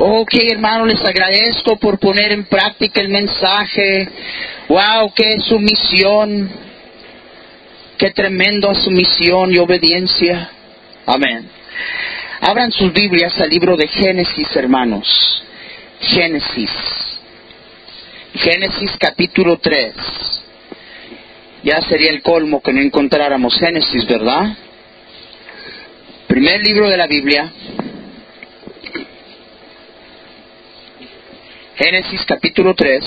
Ok, hermano, les agradezco por poner en práctica el mensaje. Wow, qué sumisión. Qué tremendo sumisión y obediencia. Amén. Abran sus Biblias al libro de Génesis, hermanos. Génesis. Génesis capítulo 3. Ya sería el colmo que no encontráramos Génesis, ¿verdad? Primer libro de la Biblia. Génesis capítulo 3.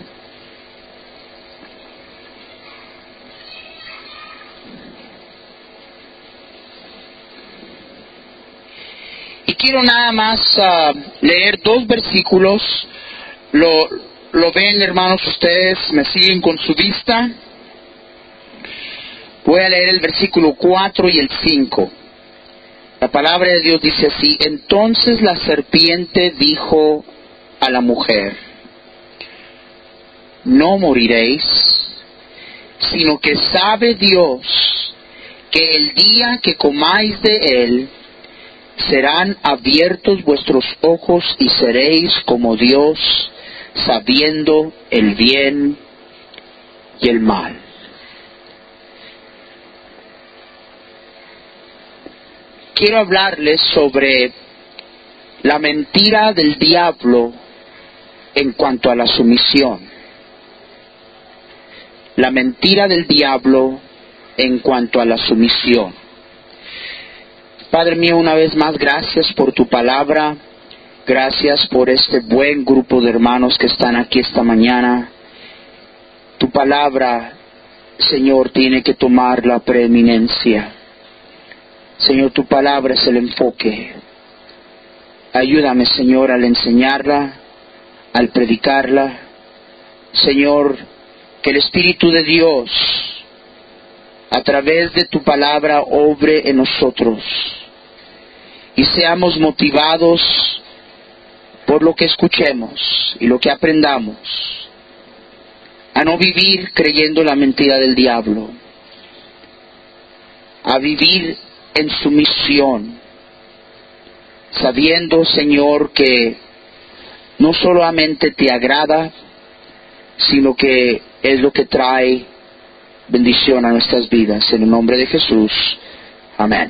Y quiero nada más leer dos versículos. Lo ven, hermanos, ustedes me siguen con su vista. Voy a leer el versículo 4 y el 5. La palabra de Dios dice así: entonces la serpiente dijo a la mujer: no moriréis, sino que sabe Dios que el día que comáis de él, serán abiertos vuestros ojos y seréis como Dios, sabiendo el bien y el mal. Quiero hablarles sobre la mentira del diablo en cuanto a la sumisión. La mentira del diablo en cuanto a la sumisión. Padre mío, una vez más, gracias por tu palabra. Gracias por este buen grupo de hermanos que están aquí esta mañana. Tu palabra, Señor, tiene que tomar la preeminencia. Señor, tu palabra es el enfoque. Ayúdame, Señor, al enseñarla, al predicarla. Señor, que el Espíritu de Dios, a través de tu palabra, obre en nosotros y seamos motivados por lo que escuchemos y lo que aprendamos, a no vivir creyendo la mentira del diablo, a vivir en sumisión, sabiendo, Señor, que no solamente te agrada, sino que es lo que trae bendición a nuestras vidas. En el nombre de Jesús. Amén.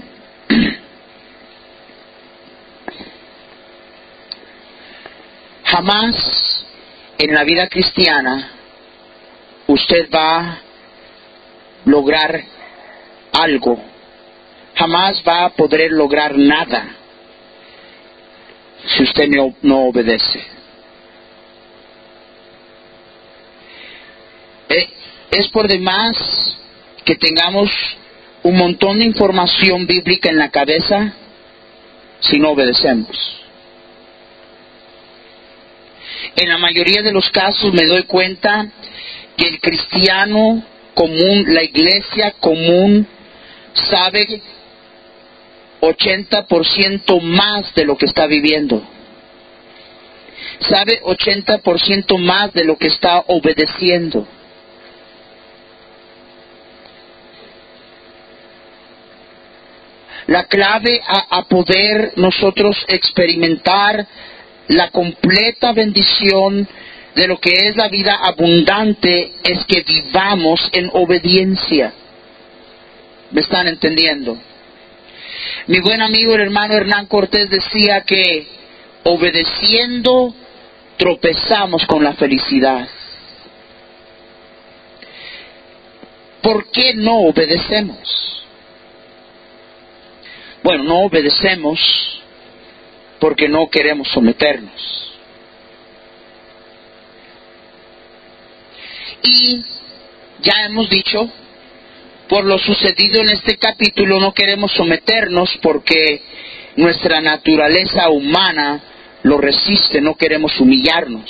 Jamás en la vida cristiana usted va a lograr algo. Jamás va a poder lograr nada si usted no obedece. Es por demás que tengamos un montón de información bíblica en la cabeza si no obedecemos. En la mayoría de los casos me doy cuenta que el cristiano común, la iglesia común, sabe 80% más de lo que está viviendo. Sabe 80% más de lo que está obedeciendo. La clave a poder nosotros experimentar la completa bendición de lo que es la vida abundante es que vivamos en obediencia. ¿Me están entendiendo? Mi buen amigo el hermano Hernán Cortés decía que obedeciendo tropezamos con la felicidad. ¿Por qué no obedecemos? Bueno, no obedecemos porque no queremos someternos. Y ya hemos dicho, por lo sucedido en este capítulo, no queremos someternos porque nuestra naturaleza humana lo resiste, no queremos humillarnos.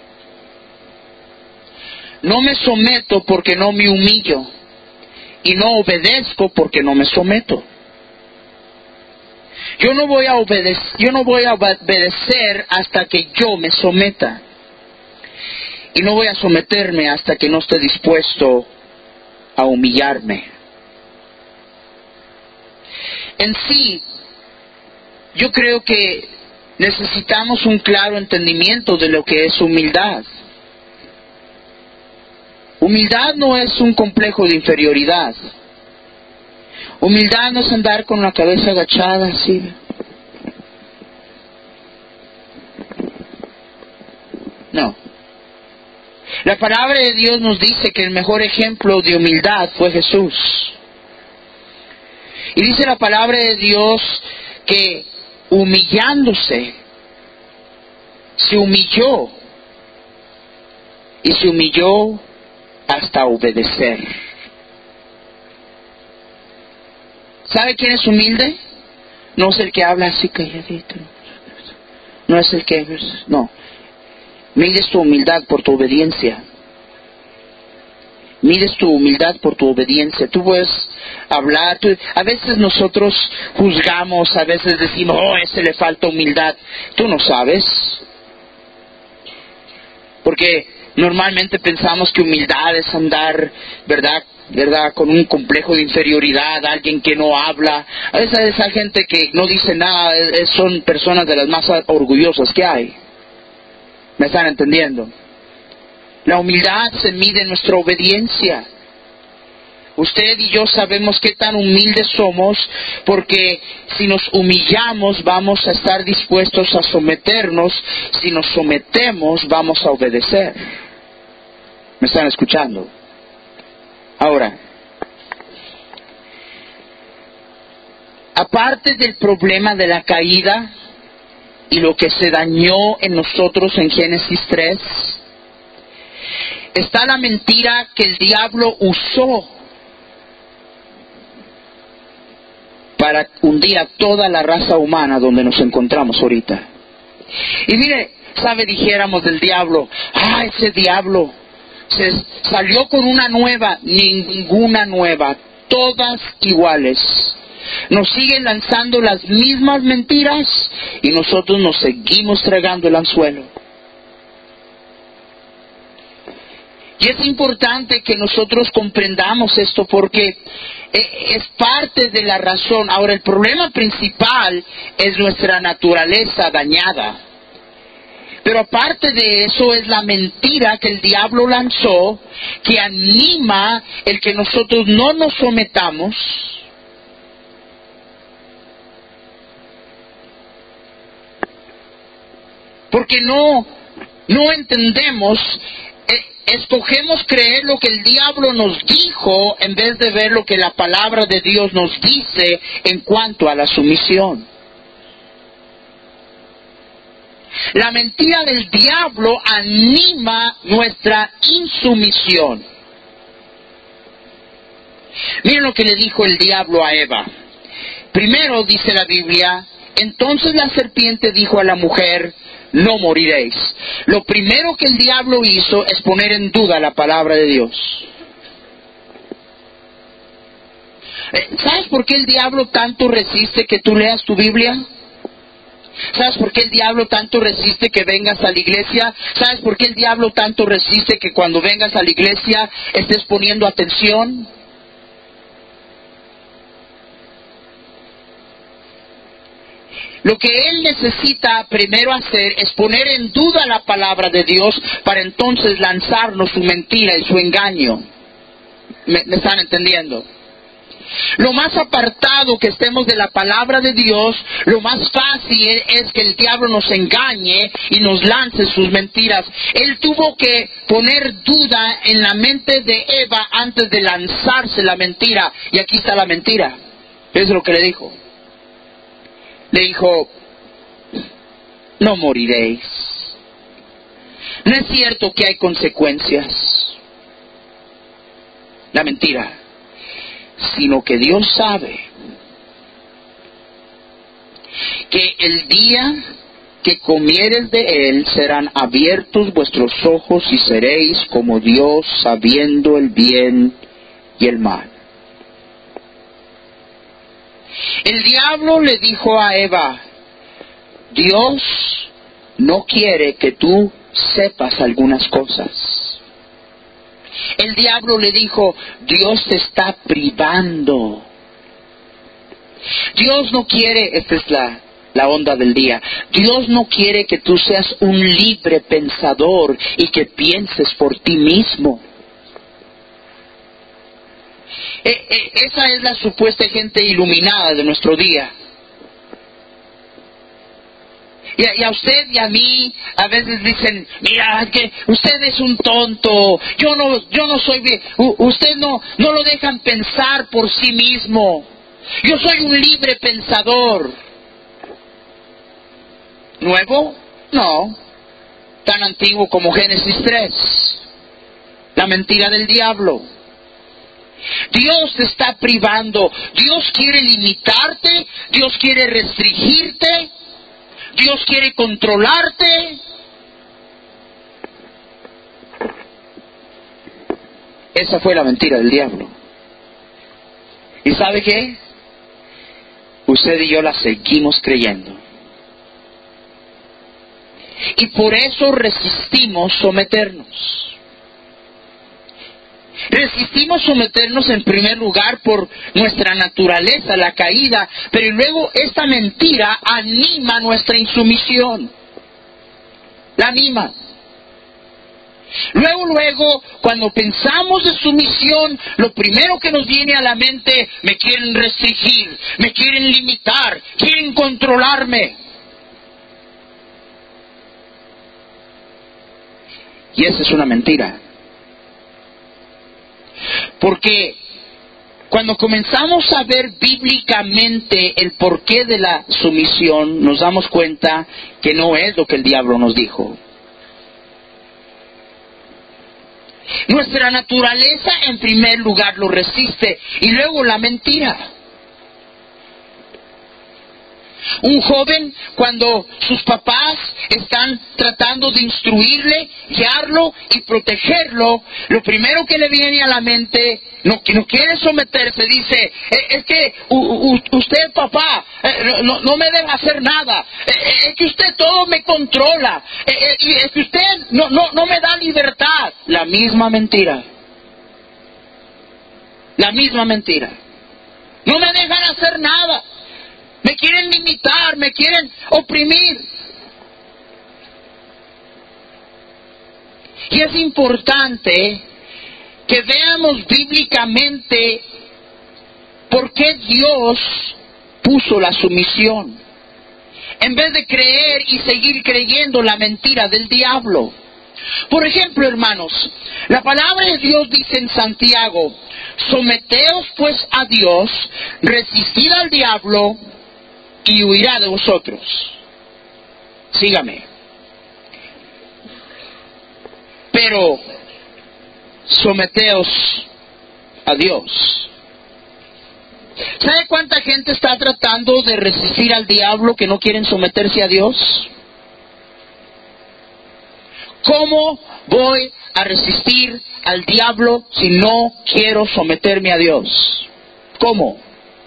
No me someto porque no me humillo, y no obedezco porque no me someto. Yo no voy a obedecer hasta que yo me someta. Y no voy a someterme hasta que no esté dispuesto a humillarme. En sí, yo creo que necesitamos un claro entendimiento de lo que es humildad. Humildad no es un complejo de inferioridad. Humildad no es andar con la cabeza agachada así. No. La palabra de Dios nos dice que el mejor ejemplo de humildad fue Jesús. Y dice la palabra de Dios que humillándose, se humilló. Y se humilló hasta obedecer. ¿Sabe quién es humilde? No es el que habla así calladito. No es el que... No. Mides tu humildad por tu obediencia. Mides tu humildad por tu obediencia. Tú puedes hablar. A veces nosotros juzgamos, a veces decimos, oh, a ese le falta humildad. Tú no sabes. Porque normalmente pensamos que humildad es andar, ¿verdad? Con un complejo de inferioridad, alguien que no habla. A veces hay gente que no dice nada, son personas de las más orgullosas que hay. ¿Me están entendiendo? La humildad se mide en nuestra obediencia. Usted y yo sabemos qué tan humildes somos, porque si nos humillamos vamos a estar dispuestos a someternos. Si nos sometemos vamos a obedecer. ¿Me están escuchando? Ahora, aparte del problema de la caída y lo que se dañó en nosotros en Génesis 3, está la mentira que el diablo usó para hundir a toda la raza humana donde nos encontramos ahorita. Y mire, dijéramos del diablo, ese diablo se salió con una nueva. Ninguna nueva, todas iguales. Nos siguen lanzando las mismas mentiras y nosotros nos seguimos tragando el anzuelo. Y es importante que nosotros comprendamos esto porque es parte de la razón. Ahora, el problema principal es nuestra naturaleza dañada. Pero aparte de eso es la mentira que el diablo lanzó, que anima el que nosotros no nos sometamos. Porque no entendemos, escogemos creer lo que el diablo nos dijo en vez de ver lo que la palabra de Dios nos dice en cuanto a la sumisión. La mentira del diablo anima nuestra insumisión. Miren lo que le dijo el diablo a Eva. Primero dice la Biblia, entonces la serpiente dijo a la mujer, no moriréis. Lo primero que el diablo hizo es poner en duda la palabra de Dios. ¿Sabes por qué el diablo tanto resiste que tú leas tu Biblia? ¿Sabes por qué el diablo tanto resiste que vengas a la iglesia? ¿Sabes por qué el diablo tanto resiste que cuando vengas a la iglesia estés poniendo atención? Lo que él necesita primero hacer es poner en duda la palabra de Dios para entonces lanzarnos su mentira y su engaño. ¿Me están entendiendo? Lo más apartado que estemos de la palabra de Dios, lo más fácil es que el diablo nos engañe y nos lance sus mentiras. Él tuvo que poner duda en la mente de Eva antes de lanzarse la mentira. Y aquí está la mentira. Eso es lo que le dijo. Le dijo, no moriréis. No es cierto que hay consecuencias. La mentira. Sino que Dios sabe que el día que comieres de él serán abiertos vuestros ojos y seréis como Dios sabiendo el bien y el mal. El diablo le dijo a Eva, Dios no quiere que tú sepas algunas cosas. El diablo le dijo, Dios te está privando. Dios no quiere, esta es la onda del día. Dios no quiere que tú seas un libre pensador y que pienses por ti mismo. Esa es la supuesta gente iluminada de nuestro día. Y a usted y a mí a veces dicen, mira, que usted es un tonto, yo no soy bien, usted no lo dejan pensar por sí mismo. Yo soy un libre pensador. ¿Nuevo? No. Tan antiguo como Génesis 3. La mentira del diablo. Dios te está privando. Dios quiere limitarte. Dios quiere restringirte. Dios quiere controlarte. Esa fue la mentira del diablo. ¿Y sabe qué? Usted y yo la seguimos creyendo. Y por eso resistimos someternos. Resistimos someternos en primer lugar por nuestra naturaleza, la caída, pero luego esta mentira anima nuestra insumisión. La anima. Luego, cuando pensamos de sumisión, lo primero que nos viene a la mente, me quieren restringir, me quieren limitar, quieren controlarme. Y esa es una mentira. Porque cuando comenzamos a ver bíblicamente el porqué de la sumisión, nos damos cuenta que no es lo que el diablo nos dijo. Nuestra naturaleza en primer lugar lo resiste y luego la mentira. Un joven, cuando sus papás están tratando de instruirle, guiarlo y protegerlo, lo primero que le viene a la mente, no quiere someterse, dice, es que usted, papá, no me deja hacer nada, es que usted todo me controla, y es que usted no me da libertad. La misma mentira. La misma mentira. No me dejan hacer nada. Me quieren limitar, me quieren oprimir. Y es importante que veamos bíblicamente por qué Dios puso la sumisión, en vez de creer y seguir creyendo la mentira del diablo. Por ejemplo, hermanos, la palabra de Dios dice en Santiago, someteos pues a Dios, resistid al diablo, y huirá de vosotros. Sígame. Pero someteos a Dios. ¿Sabe cuánta gente está tratando de resistir al diablo que no quieren someterse a Dios? ¿Cómo voy a resistir al diablo si no quiero someterme a Dios? ¿Cómo?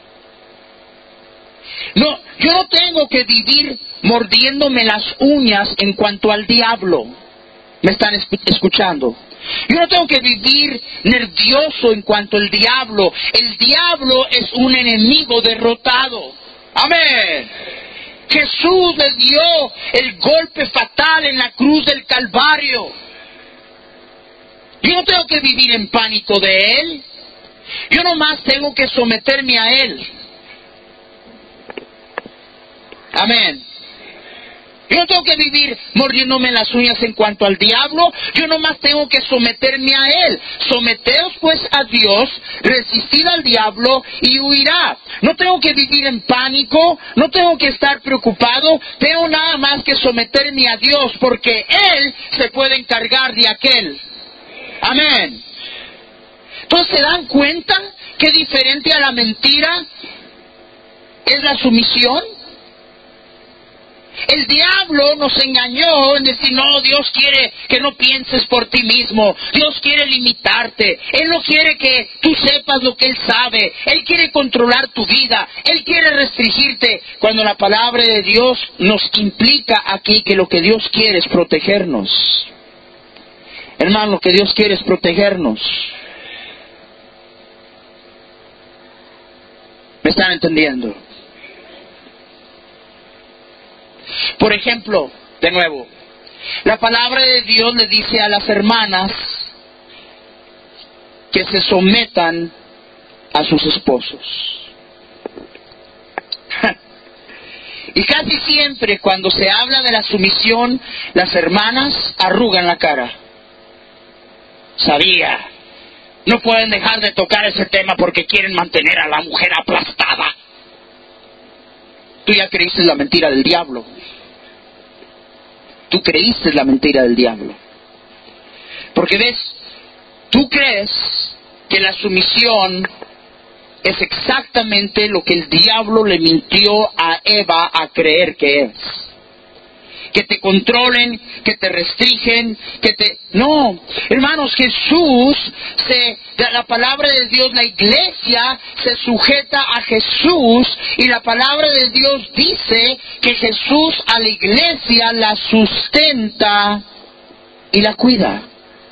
No, yo no tengo que vivir mordiéndome las uñas en cuanto al diablo. ¿Me están escuchando? Yo no tengo que vivir nervioso en cuanto al diablo. El diablo es un enemigo derrotado. Amén. Jesús le dio el golpe fatal en la cruz del Calvario. Yo no tengo que vivir en pánico de él. Yo nomás tengo que someterme a él. Amén. Yo no tengo que vivir mordiéndome las uñas en cuanto al diablo. Yo nomás tengo que someterme a él. Someteos pues a Dios, resistid al diablo y huirá. No tengo que vivir en pánico, no tengo que estar preocupado. Tengo nada más que someterme a Dios, porque él se puede encargar de aquel. Amén. Entonces, ¿se dan cuenta qué diferente a la mentira es la sumisión? El diablo nos engañó en decir, no, Dios quiere que no pienses por ti mismo. Dios quiere limitarte. Él no quiere que tú sepas lo que Él sabe. Él quiere controlar tu vida. Él quiere restringirte. Cuando la palabra de Dios nos implica aquí que lo que Dios quiere es protegernos. Hermano, lo que Dios quiere es protegernos. ¿Me están entendiendo? Por ejemplo, de nuevo, la palabra de Dios le dice a las hermanas que se sometan a sus esposos. Y casi siempre cuando se habla de la sumisión, las hermanas arrugan la cara. Sabía, no pueden dejar de tocar ese tema porque quieren mantener a la mujer aplastada. Tú ya creíste la mentira del diablo. Tú creíste la mentira del diablo. Porque ves, tú crees que la sumisión es exactamente lo que el diablo le mintió a Eva a creer que es. Que te controlen, que te restringen, No, hermanos, la palabra de Dios, la iglesia se sujeta a Jesús, y la palabra de Dios dice que Jesús a la iglesia la sustenta y la cuida.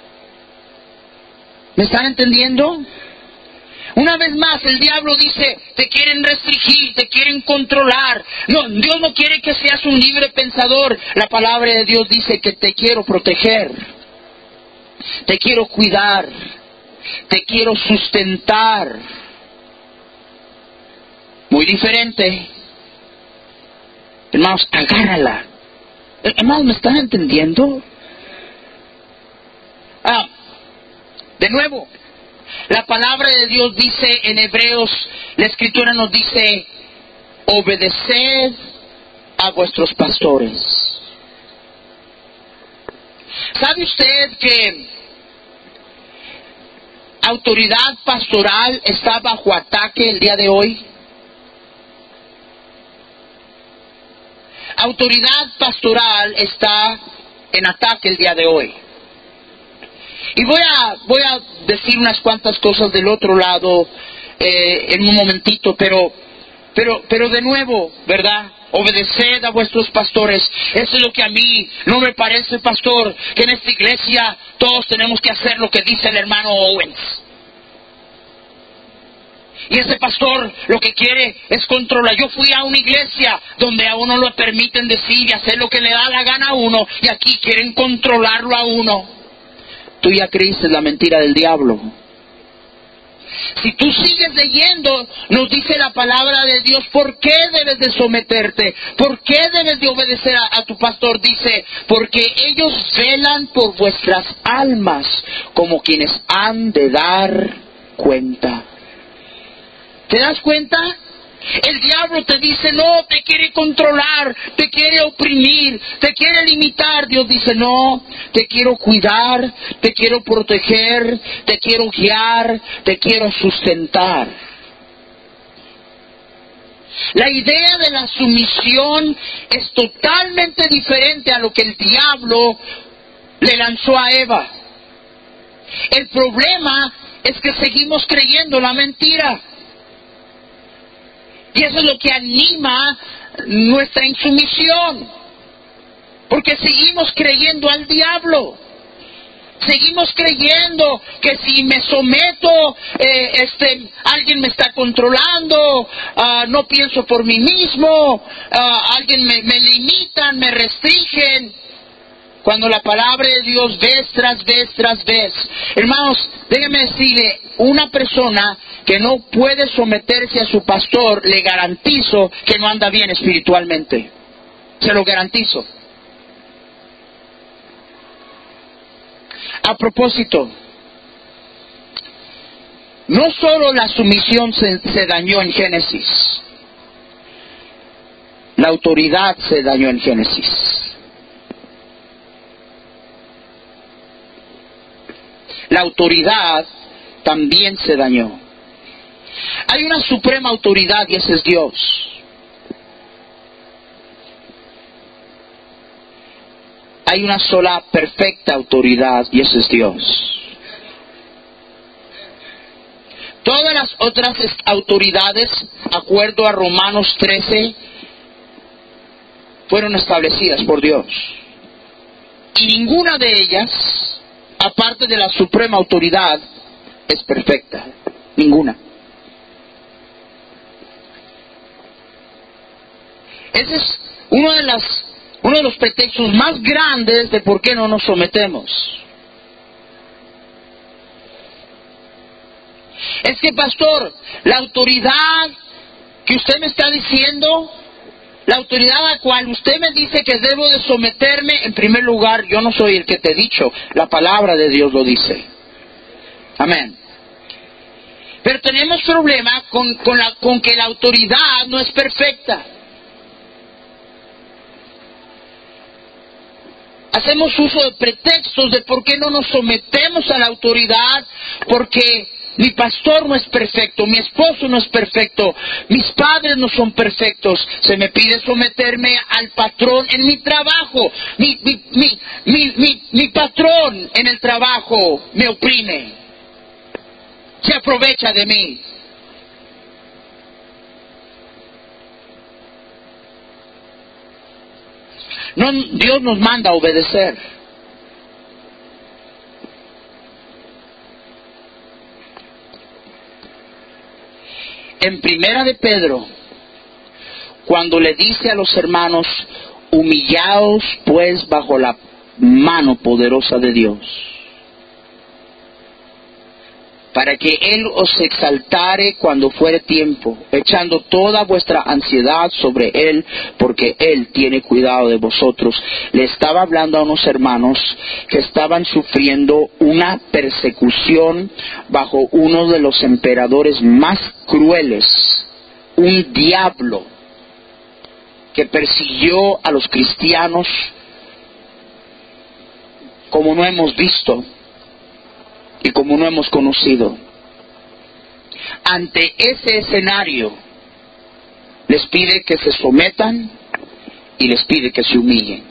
¿Me están entendiendo? Una vez más, el diablo dice, te quieren restringir, te quieren controlar. No, Dios no quiere que seas un libre pensador. La palabra de Dios dice que te quiero proteger, te quiero cuidar, te quiero sustentar. Muy diferente. Hermanos, agárrala. Hermanos, ¿me están entendiendo? De nuevo, la palabra de Dios dice en Hebreos, la Escritura nos dice, obedeced a vuestros pastores. ¿Sabe usted que autoridad pastoral está bajo ataque el día de hoy? Autoridad pastoral está en ataque el día de hoy. Y voy a decir unas cuantas cosas del otro lado en un momentito, pero de nuevo, ¿verdad? Obedeced a vuestros pastores. Eso es lo que a mí no me parece, pastor, que en esta iglesia todos tenemos que hacer lo que dice el hermano Owens. Y ese pastor lo que quiere es controlar. Yo fui a una iglesia donde a uno lo permiten decir y hacer lo que le da la gana a uno, y aquí quieren controlarlo a uno. Tú ya creíste la mentira del diablo. Si tú sigues leyendo, nos dice la palabra de Dios, ¿por qué debes de someterte? ¿Por qué debes de obedecer a tu pastor? Dice, porque ellos velan por vuestras almas como quienes han de dar cuenta. ¿Te das cuenta? El diablo te dice, no, te quiere controlar, te quiere oprimir, te quiere limitar. Dios dice, no, te quiero cuidar, te quiero proteger, te quiero guiar, te quiero sustentar. La idea de la sumisión es totalmente diferente a lo que el diablo le lanzó a Eva. El problema es que seguimos creyendo la mentira. Y eso es lo que anima nuestra insumisión. Porque seguimos creyendo al diablo. Seguimos creyendo que si me someto, alguien me está controlando, no pienso por mí mismo, alguien me limitan, me restringen. Cuando la palabra de Dios vez tras vez tras vez. Hermanos, déjenme decirle, una persona que no puede someterse a su pastor, le garantizo que no anda bien espiritualmente. Se lo garantizo. A propósito, no solo la sumisión se dañó en Génesis, la autoridad se dañó en Génesis. La autoridad también se dañó. Hay una suprema autoridad y ese es Dios. Hay una sola perfecta autoridad y ese es Dios. Todas las otras autoridades, acuerdo a Romanos 13, fueron establecidas por Dios. Y ninguna de ellas, aparte de la suprema autoridad, es perfecta. Ninguna. Esa es una de las Uno de los pretextos más grandes de por qué no nos sometemos. Es que, pastor, la autoridad que usted me está diciendo, la autoridad a la cual usted me dice que debo de someterme, en primer lugar, yo no soy el que te he dicho, la palabra de Dios lo dice. Amén. Pero tenemos problema con que la autoridad no es perfecta. Hacemos uso de pretextos de por qué no nos sometemos a la autoridad, porque mi pastor no es perfecto, mi esposo no es perfecto, mis padres no son perfectos. Se me pide someterme al patrón en mi trabajo. Mi patrón en el trabajo me oprime, se aprovecha de mí. No, Dios nos manda a obedecer. En Primera de Pedro, cuando le dice a los hermanos, humillaos pues bajo la mano poderosa de Dios, para que Él os exaltare cuando fuere tiempo, echando toda vuestra ansiedad sobre Él, porque Él tiene cuidado de vosotros. Le estaba hablando a unos hermanos que estaban sufriendo una persecución bajo uno de los emperadores más crueles, un diablo que persiguió a los cristianos como no hemos visto y como no hemos conocido. Ante ese escenario, les pide que se sometan y les pide que se humillen.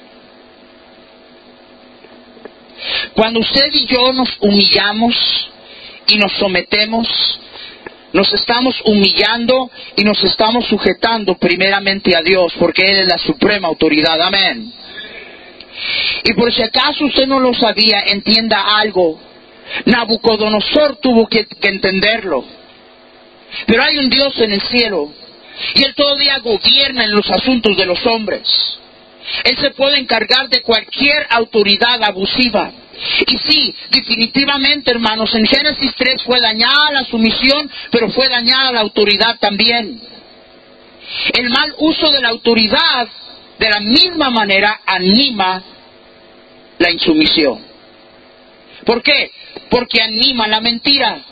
Cuando usted y yo nos humillamos y nos sometemos, nos estamos humillando y nos estamos sujetando primeramente a Dios, porque Él es la suprema autoridad. Amén. Y por si acaso usted no lo sabía, entienda algo. Nabucodonosor tuvo que entenderlo. Pero hay un Dios en el cielo y Él todavía gobierna en los asuntos de los hombres. Él se puede encargar de cualquier autoridad abusiva. Y sí, definitivamente, hermanos, en Génesis 3 fue dañada la sumisión, pero fue dañada la autoridad también. El mal uso de la autoridad, de la misma manera, anima la insumisión. ¿Por qué? Porque anima la mentira.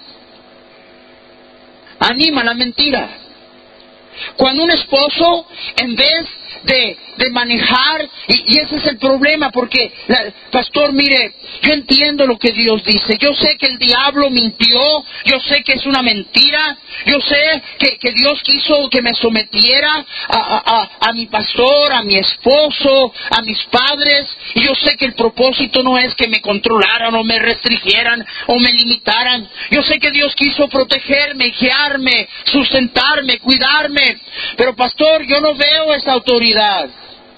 Anima la mentira. Cuando un esposo, en vez de manejar, y ese es el problema, porque, pastor, mire, yo entiendo lo que Dios dice, yo sé que el diablo mintió, yo sé que es una mentira, yo sé que Dios quiso que me sometiera a mi pastor, a mi esposo, a mis padres, y yo sé que el propósito no es que me controlaran o me restringieran o me limitaran. Yo sé que Dios quiso protegerme, guiarme, sustentarme, cuidarme, pero pastor, yo no veo esa autoridad.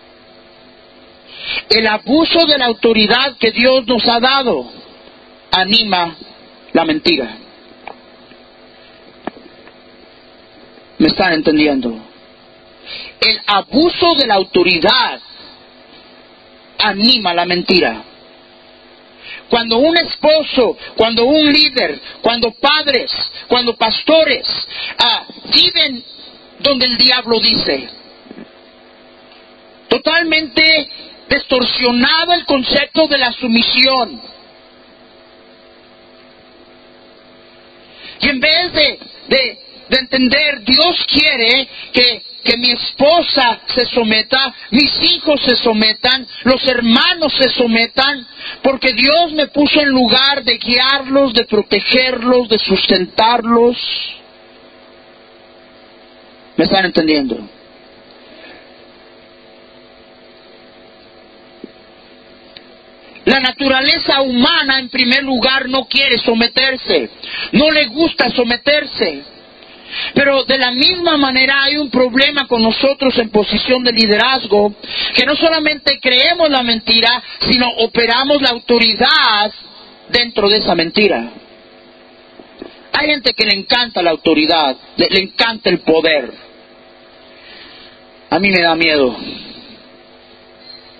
El abuso de la autoridad que Dios nos ha dado anima la mentira. ¿Me están entendiendo? El abuso de la autoridad anima la mentira. Cuando un esposo, cuando un líder, cuando padres, cuando pastores viven donde el diablo dice, totalmente distorsionado el concepto de la sumisión. Y en vez de entender, Dios quiere que mi esposa se someta, mis hijos se sometan, los hermanos se sometan, porque Dios me puso en lugar de guiarlos, de protegerlos, de sustentarlos. ¿Me están entendiendo? La naturaleza humana, en primer lugar, no quiere someterse, no le gusta someterse. Pero de la misma manera hay un problema con nosotros en posición de liderazgo, que no solamente creemos la mentira, sino operamos la autoridad dentro de esa mentira. Hay gente que le encanta la autoridad, le encanta el poder. A mí me da miedo.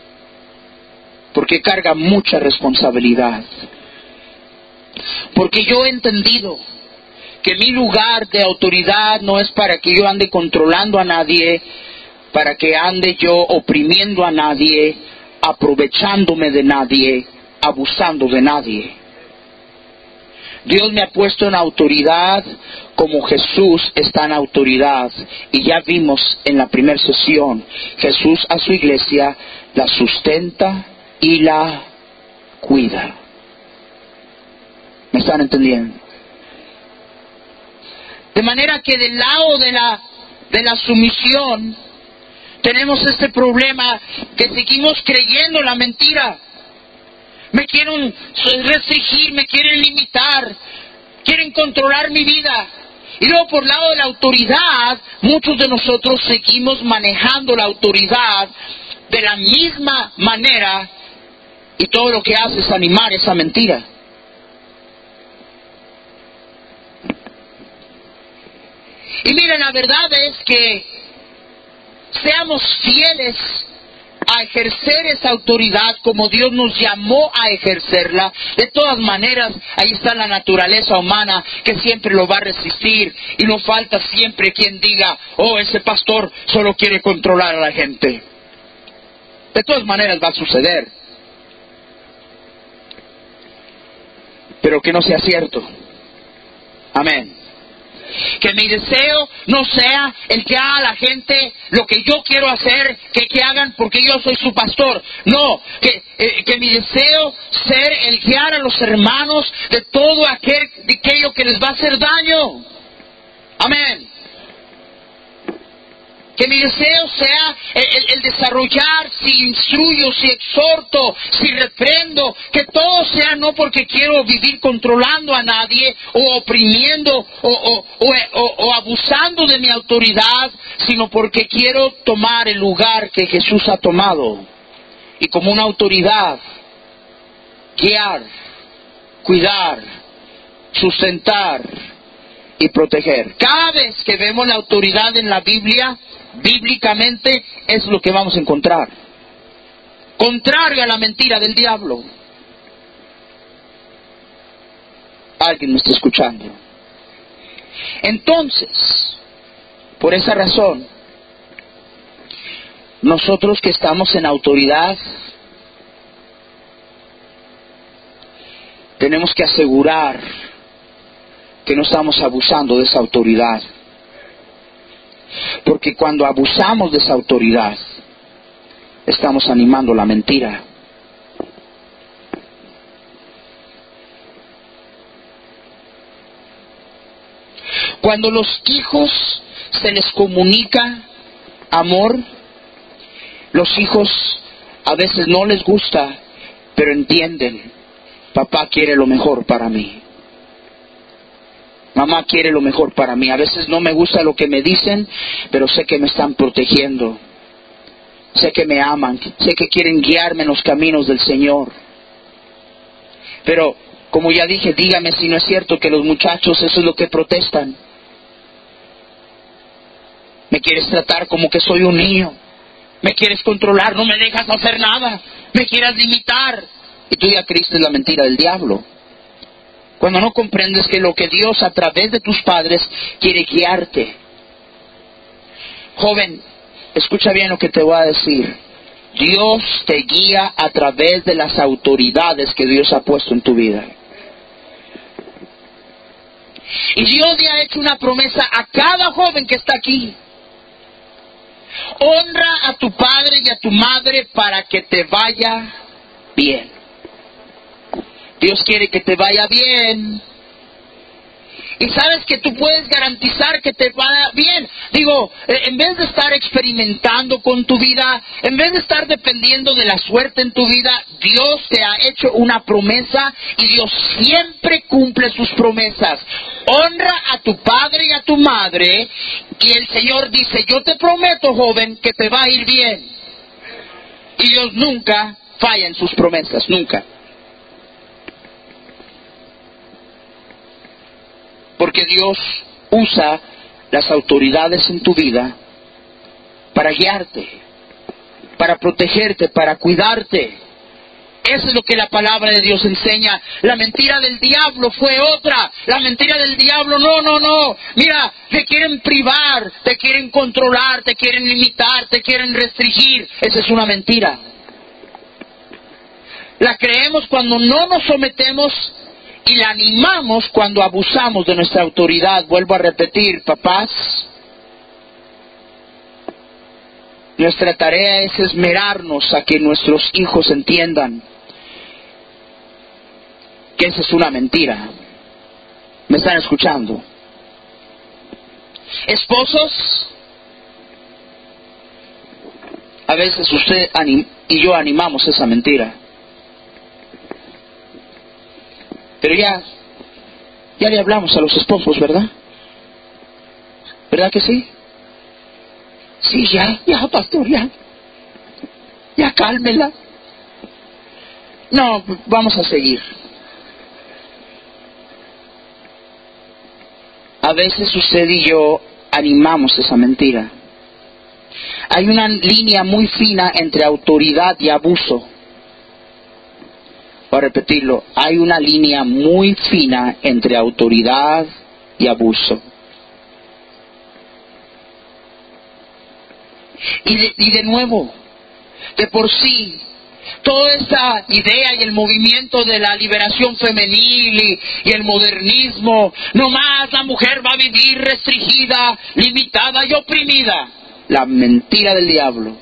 porque carga mucha responsabilidad. Porque yo he entendido que mi lugar de autoridad no es para que yo ande controlando a nadie, para que ande yo oprimiendo a nadie, aprovechándome de nadie, abusando de nadie. Dios me ha puesto en autoridad como Jesús está en autoridad. Y ya vimos en la primera sesión, Jesús a su iglesia la sustenta y la cuida. ¿Me están entendiendo? De manera que del lado de la sumisión tenemos este problema que seguimos creyendo la mentira. Me quieren restringir, me quieren limitar, quieren controlar mi vida. Y luego por el lado de la autoridad, muchos de nosotros seguimos manejando la autoridad de la misma manera, y todo lo que hace es animar esa mentira. Y miren, la verdad es que seamos fieles a ejercer esa autoridad como Dios nos llamó a ejercerla. De todas maneras, ahí está la naturaleza humana que siempre lo va a resistir, y no falta siempre quien diga, oh, ese pastor solo quiere controlar a la gente. De todas maneras va a suceder, pero que no sea cierto. Amén. Que mi deseo no sea el que haga a la gente lo que yo quiero hacer, que hagan porque yo soy su pastor. No, que mi deseo ser el guiar a los hermanos de todo aquello que les va a hacer daño. Amén. Que mi deseo sea el desarrollar, si instruyo, si exhorto, si reprendo, que todo sea no porque quiero vivir controlando a nadie, o oprimiendo, o abusando de mi autoridad, sino porque quiero tomar el lugar que Jesús ha tomado. Y como una autoridad, guiar, cuidar, sustentar y proteger. Cada vez que vemos la autoridad en la Biblia, bíblicamente es lo que vamos a encontrar. Contrario a la mentira del diablo. ¿Alguien me está escuchando? Entonces, por esa razón, nosotros que estamos en autoridad, tenemos que asegurar que no estamos abusando de esa autoridad. Porque cuando abusamos de esa autoridad, estamos animando la mentira. Cuando los hijos se les comunica amor, los hijos a veces no les gusta, pero entienden, papá quiere lo mejor para mí. Mamá quiere lo mejor para mí. A veces no me gusta lo que me dicen, pero sé que me están protegiendo. Sé que me aman. Sé que quieren guiarme en los caminos del Señor. Pero, como ya dije, dígame si no es cierto que los muchachos eso es lo que protestan. Me quieres tratar como que soy un niño. Me quieres controlar, no me dejas hacer nada. Me quieres limitar. Y tú ya creíste la mentira del diablo. Cuando no comprendes que lo que Dios a través de tus padres quiere guiarte. Joven, escucha bien lo que te voy a decir. Dios te guía a través de las autoridades que Dios ha puesto en tu vida. Y Dios le ha hecho una promesa a cada joven que está aquí. Honra a tu padre y a tu madre para que te vaya bien. Dios quiere que te vaya bien. Y sabes que tú puedes garantizar que te vaya bien. Digo, en vez de estar experimentando con tu vida, en vez de estar dependiendo de la suerte en tu vida, Dios te ha hecho una promesa y Dios siempre cumple sus promesas. Honra a tu padre y a tu madre, y el Señor dice, yo te prometo, joven, que te va a ir bien. Y Dios nunca falla en sus promesas, nunca. Porque Dios usa las autoridades en tu vida para guiarte, para protegerte, para cuidarte. Eso es lo que la palabra de Dios enseña. La mentira del diablo fue otra. La mentira del diablo, no. Mira, te quieren privar, te quieren controlar, te quieren limitar, te quieren restringir. Esa es una mentira. La creemos cuando no nos sometemos y la animamos cuando abusamos de nuestra autoridad. Vuelvo a repetir, papás. Nuestra tarea es esmerarnos a que nuestros hijos entiendan que esa es una mentira. ¿Me están escuchando? Esposos, a veces usted y yo animamos esa mentira. Pero ya le hablamos a los esposos, ¿verdad? ¿Verdad que sí? Sí, ya, pastor, ya cálmela. No, vamos a seguir. A veces usted y yo animamos esa mentira. Hay una línea muy fina entre autoridad y abuso. Voy a repetirlo. Hay una línea muy fina entre autoridad y abuso. Y de nuevo, de por sí, toda esa idea y el movimiento de la liberación femenil y el modernismo, nomás la mujer va a vivir restringida, limitada y oprimida. La mentira del diablo.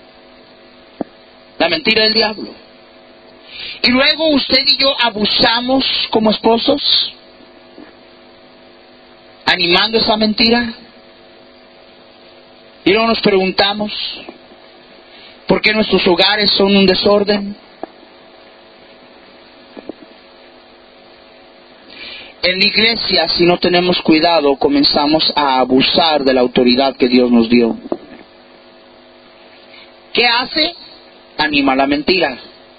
La mentira del diablo. Y luego usted y yo abusamos como esposos, animando esa mentira. Y luego nos preguntamos, ¿por qué nuestros hogares son un desorden? En la iglesia, si no tenemos cuidado, comenzamos a abusar de la autoridad que Dios nos dio. ¿Qué hace? Anima la mentira.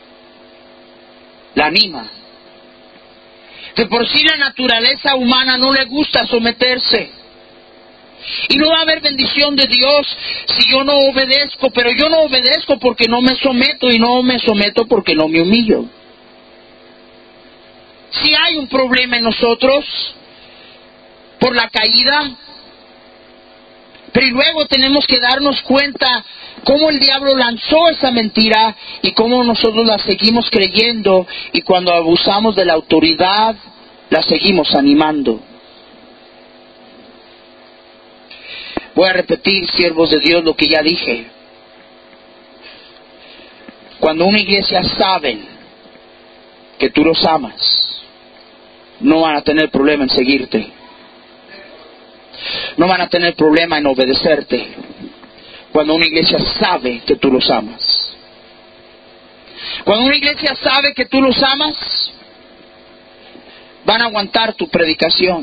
La anima. De por sí la naturaleza humana no le gusta someterse. Y no va a haber bendición de Dios si yo no obedezco, pero yo no obedezco porque no me someto y no me someto porque no me humillo. Si hay un problema en nosotros por la caída, pero luego tenemos que darnos cuenta cómo el diablo lanzó esa mentira y cómo nosotros la seguimos creyendo, y cuando abusamos de la autoridad la seguimos animando. Voy a repetir, siervos de Dios, lo que ya dije. Cuando una iglesia sabe que tú los amas, no van a tener problema en seguirte. No van a tener problema en obedecerte. Cuando una iglesia sabe que tú los amas. Cuando una iglesia sabe que tú los amas, van a aguantar tu predicación.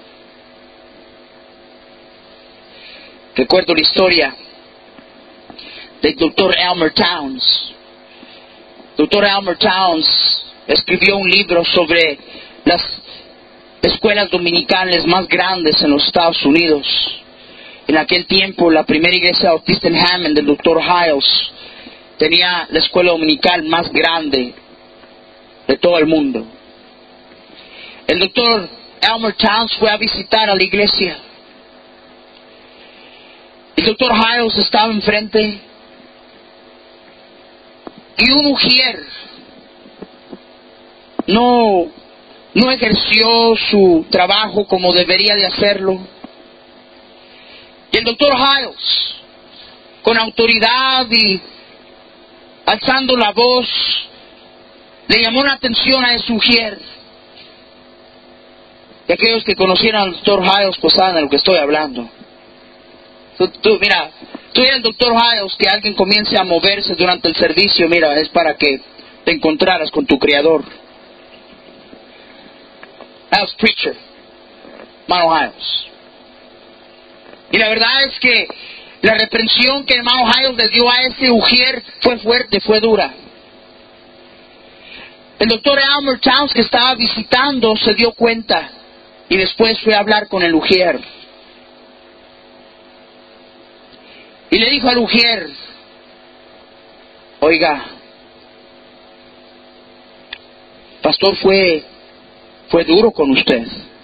Recuerdo la historia del Dr. Elmer Towns. Dr. Elmer Towns escribió un libro sobre las escuelas dominicales más grandes en los Estados Unidos. En aquel tiempo, la primera iglesia bautista en Hammond del Dr. Hiles tenía la escuela dominical más grande de todo el mundo. El Dr. Elmer Towns fue a visitar a la iglesia. El Dr. Hiles estaba enfrente y un ujier no ejerció su trabajo como debería de hacerlo. Y el Dr. Hiles, con autoridad y alzando la voz, le llamó la atención a ese ujier. Y aquellos que conocieran al Dr. Hiles pues saben de lo que estoy hablando. Mira, tú y el Dr. Hiles, que alguien comience a moverse durante el servicio, mira, es para que te encontraras con tu Creador. Hiles Preacher, hermano Hiles. Y la verdad es que la reprensión que el hermano Hiles le dio a ese ujier fue fuerte, fue dura. El Dr. Elmer Towns, que estaba visitando, se dio cuenta y después fue a hablar con el ujier. Y le dijo al ujier, oiga, pastor fue duro con usted.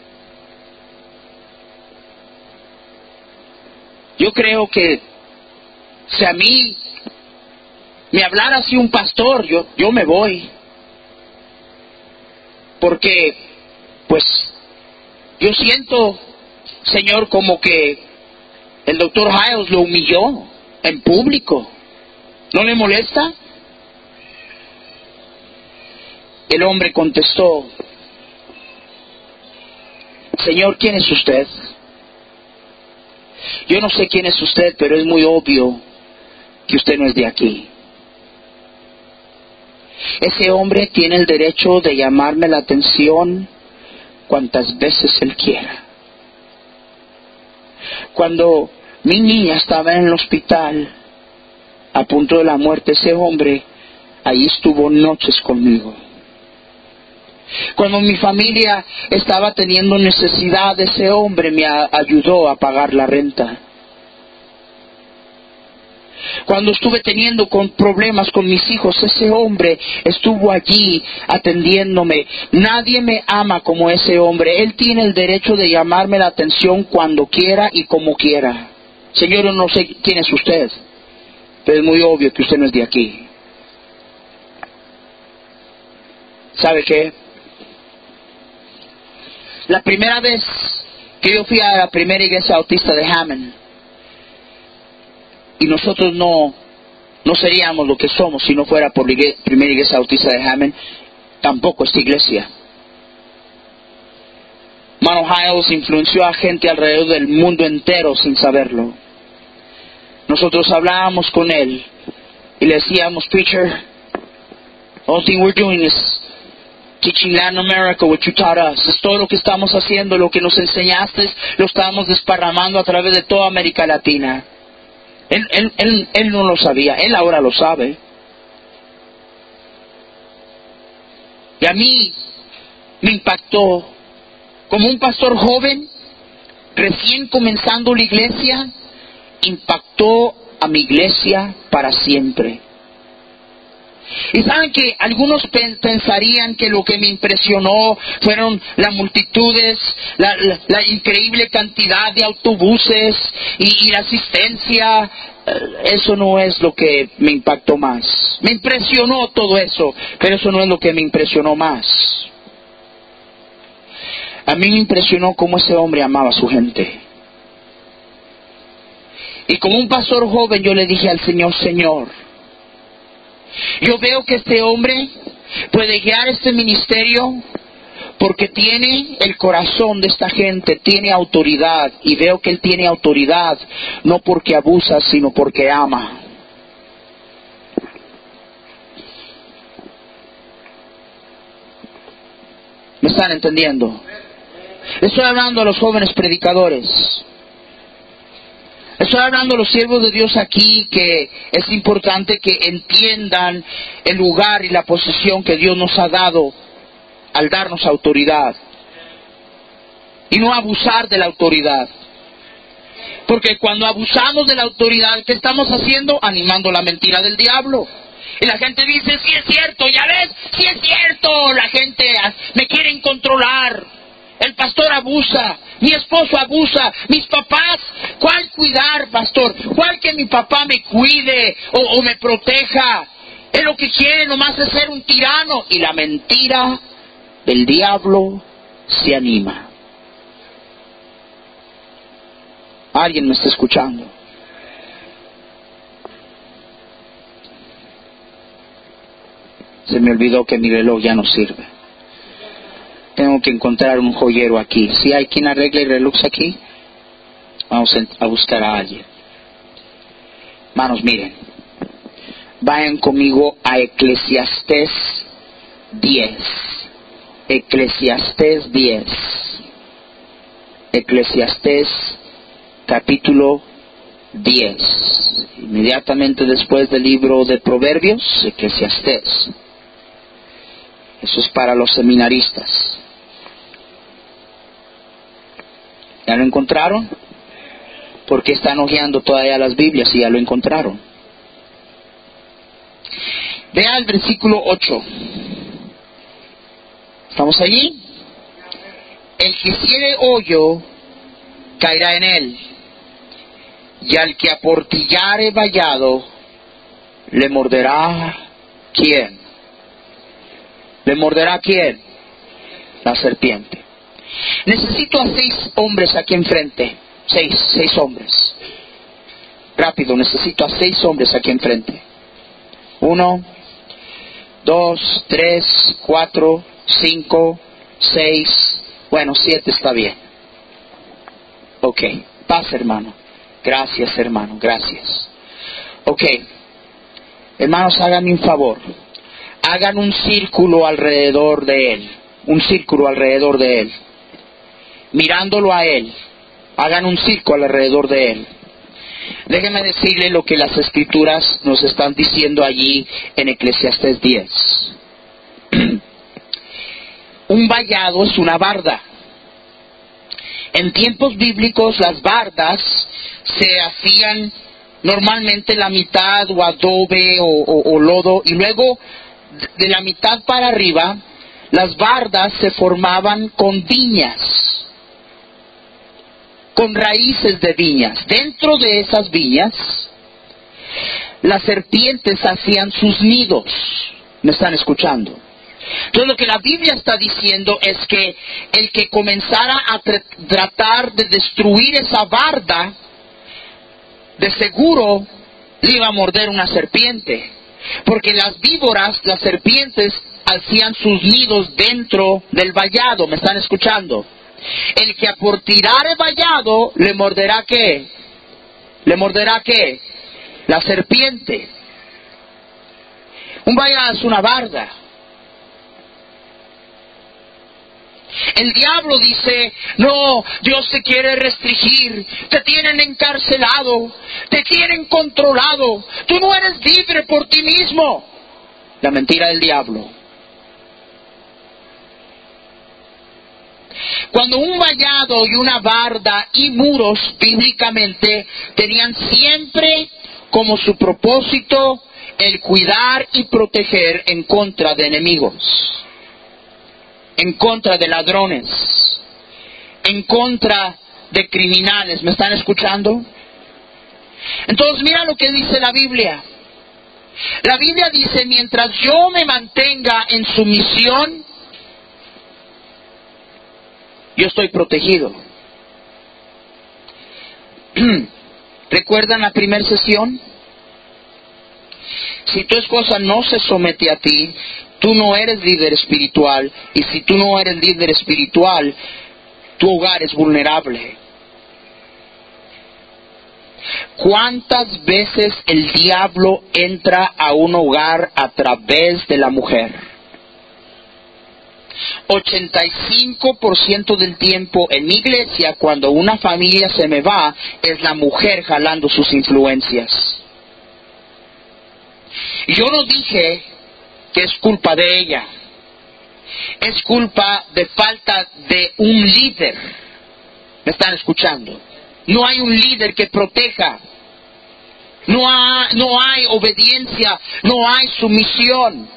Yo creo que si a mí me hablara así un pastor, yo me voy. Porque, pues, yo siento, Señor, como que el doctor Hiles lo humilló en público. ¿No le molesta? El hombre contestó: Señor, ¿quién es usted? Yo no sé quién es usted, pero es muy obvio que usted no es de aquí. Ese hombre tiene el derecho de llamarme la atención cuantas veces él quiera. Cuando mi niña estaba en el hospital, a punto de la muerte, ese hombre ahí estuvo noches conmigo. Cuando mi familia estaba teniendo necesidad, ese hombre me ayudó a pagar la renta. Cuando estuve teniendo problemas con mis hijos, ese hombre estuvo allí atendiéndome. Nadie me ama como ese hombre. Él tiene el derecho de llamarme la atención cuando quiera y como quiera. Señor, yo no sé quién es usted, pero es muy obvio que usted no es de aquí. ¿Sabe qué? La primera vez que yo fui a la primera iglesia bautista de Hammond, y nosotros no seríamos lo que somos si no fuera por la primera iglesia bautista de Hammond, tampoco esta iglesia. Hermano Hiles influenció a gente alrededor del mundo entero sin saberlo. Nosotros hablábamos con él y le decíamos: Preacher, the only thing we're doing is teaching Latin America what you taught us. Es todo lo que estamos haciendo, lo que nos enseñaste, lo estamos desparramando a través de toda América Latina. Él no lo sabía, él ahora lo sabe. Y a mí me impactó. Como un pastor joven, recién comenzando la iglesia, impactó a mi iglesia para siempre. Y saben que algunos pensarían que lo que me impresionó fueron las multitudes, la increíble cantidad de autobuses y la asistencia. Eso no es lo que me impactó más. Me impresionó todo eso, pero eso no es lo que me impresionó más. A mí me impresionó cómo ese hombre amaba a su gente. Y como un pastor joven yo le dije al Señor: Señor, yo veo que este hombre puede guiar este ministerio porque tiene el corazón de esta gente, tiene autoridad. Y veo que él tiene autoridad no porque abusa, sino porque ama. ¿Me están entendiendo? Le estoy hablando a los jóvenes predicadores. Estoy hablando a los siervos de Dios aquí, que es importante que entiendan el lugar y la posición que Dios nos ha dado al darnos autoridad. Y no abusar de la autoridad. Porque cuando abusamos de la autoridad, ¿qué estamos haciendo? Animando la mentira del diablo. Y la gente dice: sí es cierto, ya ves, sí es cierto, la gente me quieren controlar. El pastor abusa, mi esposo abusa, mis papás, ¿cuál cuidar, pastor? ¿Cuál que mi papá me cuide o me proteja? Es lo que quiere nomás es ser un tirano. Y la mentira del diablo se anima. ¿Alguien me está escuchando? Se me olvidó que mi reloj ya no sirve. Tengo que encontrar un joyero aquí. ¿Sí hay quien arregle relojes aquí? Vamos a buscar a alguien. Hermanos, miren. Vayan conmigo a Eclesiastés 10. Eclesiastés 10. Eclesiastés capítulo 10. Inmediatamente después del libro de Proverbios, Eclesiastés. Eso es para los seminaristas. ¿Ya lo encontraron? ¿Por qué están hojeando todavía las Biblias si ya lo encontraron? Vea el versículo 8. ¿Estamos allí? El que hiciere hoyo caerá en él, y al que aportillare vallado le morderá. ¿Quién? ¿Le morderá quién? La serpiente. Necesito a 6 hombres aquí enfrente. 6 hombres. Rápido, necesito a 6 hombres aquí enfrente. 1, 2, 3, 4, 5, 6. Bueno, 7 está bien. Ok, paz, hermano. Gracias, hermano, gracias. Ok, hermanos, háganme un favor. Hagan un círculo alrededor de él. Un círculo alrededor de él. Mirándolo a él. Hagan un círculo alrededor de él. Déjenme decirle lo que las Escrituras nos están diciendo allí en Eclesiastés 10. Un vallado es una barda. En tiempos bíblicos las bardas se hacían normalmente la mitad o adobe o lodo, y luego de la mitad para arriba las bardas se formaban con viñas, con raíces de viñas. Dentro de esas viñas las serpientes hacían sus nidos. ¿Me están escuchando? Entonces lo que la Biblia está diciendo es que el que comenzara a tratar de destruir esa barda, de seguro le iba a morder una serpiente. Porque las víboras, las serpientes, hacían sus nidos dentro del vallado. ¿Me están escuchando? El que aportirare vallado, ¿le morderá qué? ¿Le morderá qué? La serpiente. Un vallado es una barda. El diablo dice, no, Dios te quiere restringir, te tienen encarcelado, te tienen controlado, tú no eres libre por ti mismo. La mentira del diablo. Cuando un vallado y una barda y muros bíblicamente tenían siempre como su propósito el cuidar y proteger en contra de enemigos, en contra de ladrones, en contra de criminales. ¿Me están escuchando? Entonces mira lo que dice la Biblia. La Biblia dice, mientras yo me mantenga en sumisión, yo estoy protegido. ¿Recuerdan la primera sesión? Si tu esposa no se somete a ti, tú no eres líder espiritual. Y si tú no eres líder espiritual, tu hogar es vulnerable. ¿Cuántas veces el diablo entra a un hogar a través de la mujer? 85% del tiempo en mi iglesia, cuando una familia se me va, es la mujer jalando sus influencias. Y yo no dije que es culpa de ella. Es culpa de falta de un líder. ¿Me están escuchando? No hay un líder que proteja. No hay obediencia, no hay sumisión.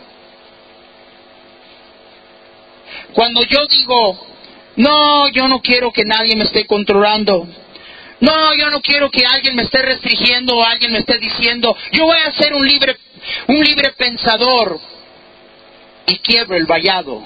Cuando yo digo, no, yo no quiero que nadie me esté controlando. No, yo no quiero que alguien me esté restringiendo o alguien me esté diciendo, yo voy a ser un libre pensador. Y quiebro el vallado.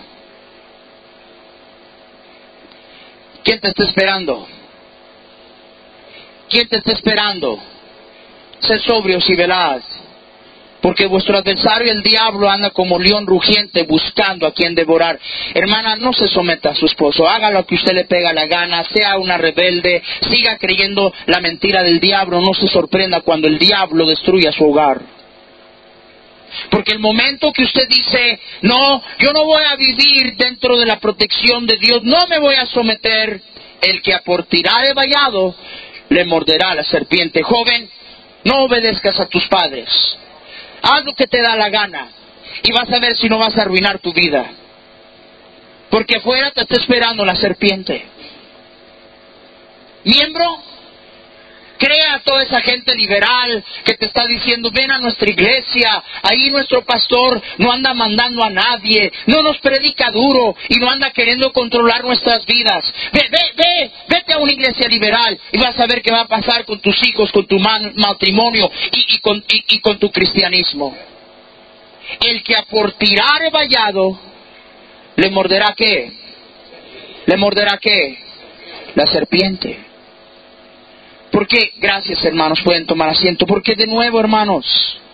¿Quién te está esperando? ¿Quién te está esperando? Sé sobrios y velad, porque vuestro adversario el diablo anda como león rugiente buscando a quien devorar. Hermana, no se someta a su esposo, haga lo que usted le pega la gana, sea una rebelde, siga creyendo la mentira del diablo, no se sorprenda cuando el diablo destruya su hogar. Porque el momento que usted dice, no, yo no voy a vivir dentro de la protección de Dios, no me voy a someter, el que aportirá de vallado, le morderá la serpiente. Joven, no obedezcas a tus padres. Haz lo que te da la gana y vas a ver si no vas a arruinar tu vida. Porque afuera te está esperando la serpiente. Miembro, Crea a toda esa gente liberal que te está diciendo, ven a nuestra iglesia, ahí nuestro pastor no anda mandando a nadie, no nos predica duro y no anda queriendo controlar nuestras vidas. Vete a una iglesia liberal y vas a ver qué va a pasar con tus hijos, con tu matrimonio y con tu cristianismo. El que a por tirare vallado, ¿le morderá qué? ¿Le morderá qué? La serpiente. ¿Por qué? Gracias, hermanos, pueden tomar asiento. Porque de nuevo, hermanos,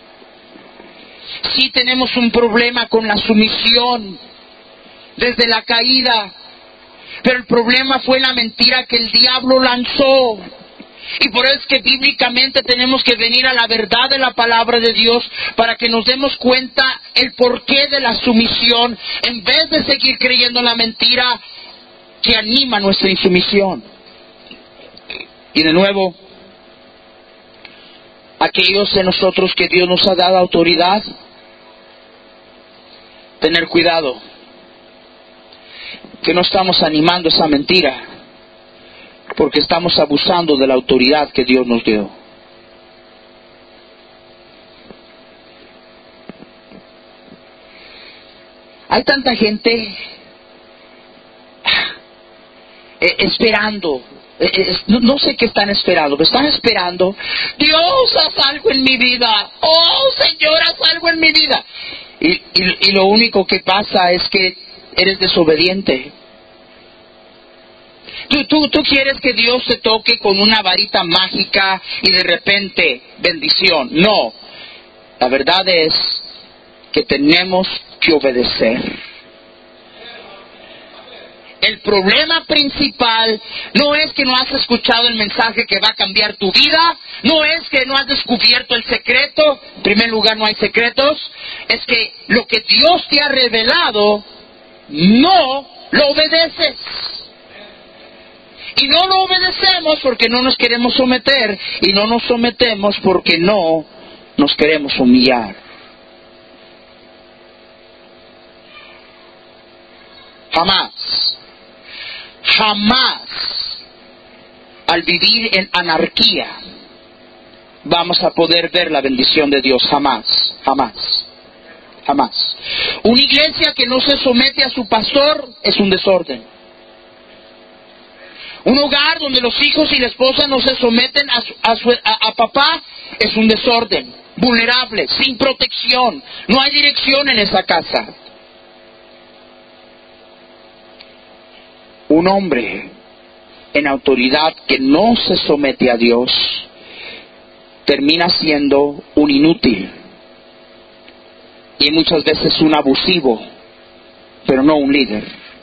sí tenemos un problema con la sumisión desde la caída, pero el problema fue la mentira que el diablo lanzó. Y por eso es que bíblicamente tenemos que venir a la verdad de la palabra de Dios para que nos demos cuenta el porqué de la sumisión, en vez de seguir creyendo la mentira que anima nuestra insumisión. Y de nuevo, aquellos de nosotros que Dios nos ha dado autoridad, tener cuidado, que no estamos animando esa mentira, porque estamos abusando de la autoridad que Dios nos dio. Hay tanta gente esperando. No sé qué están esperando, pero están esperando, Dios, haz algo en mi vida, oh Señor, haz algo en mi vida. Y lo único que pasa es que eres desobediente. Tú quieres que Dios te toque con una varita mágica y de repente bendición. No, la verdad es que tenemos que obedecer. El problema principal no es que no has escuchado el mensaje que va a cambiar tu vida, no es que no has descubierto el secreto, en primer lugar no hay secretos, es que lo que Dios te ha revelado, no lo obedeces. Y no lo obedecemos porque no nos queremos someter, y no nos sometemos porque no nos queremos humillar. Jamás al vivir en anarquía vamos a poder ver la bendición de Dios. Jamás. Una iglesia que no se somete a su pastor es un desorden. Un hogar donde los hijos y la esposa no se someten a papá es un desorden, vulnerable, sin protección. No hay dirección en esa casa. Un hombre en autoridad que no se somete a Dios termina siendo un inútil y muchas veces un abusivo, pero no un líder.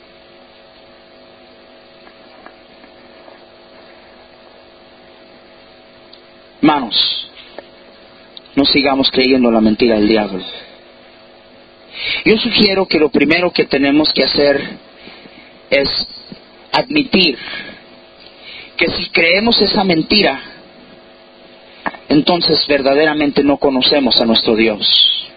Hermanos, no sigamos creyendo la mentira del diablo. Yo sugiero que lo primero que tenemos que hacer es admitir que si creemos esa mentira, entonces verdaderamente no conocemos a nuestro Dios.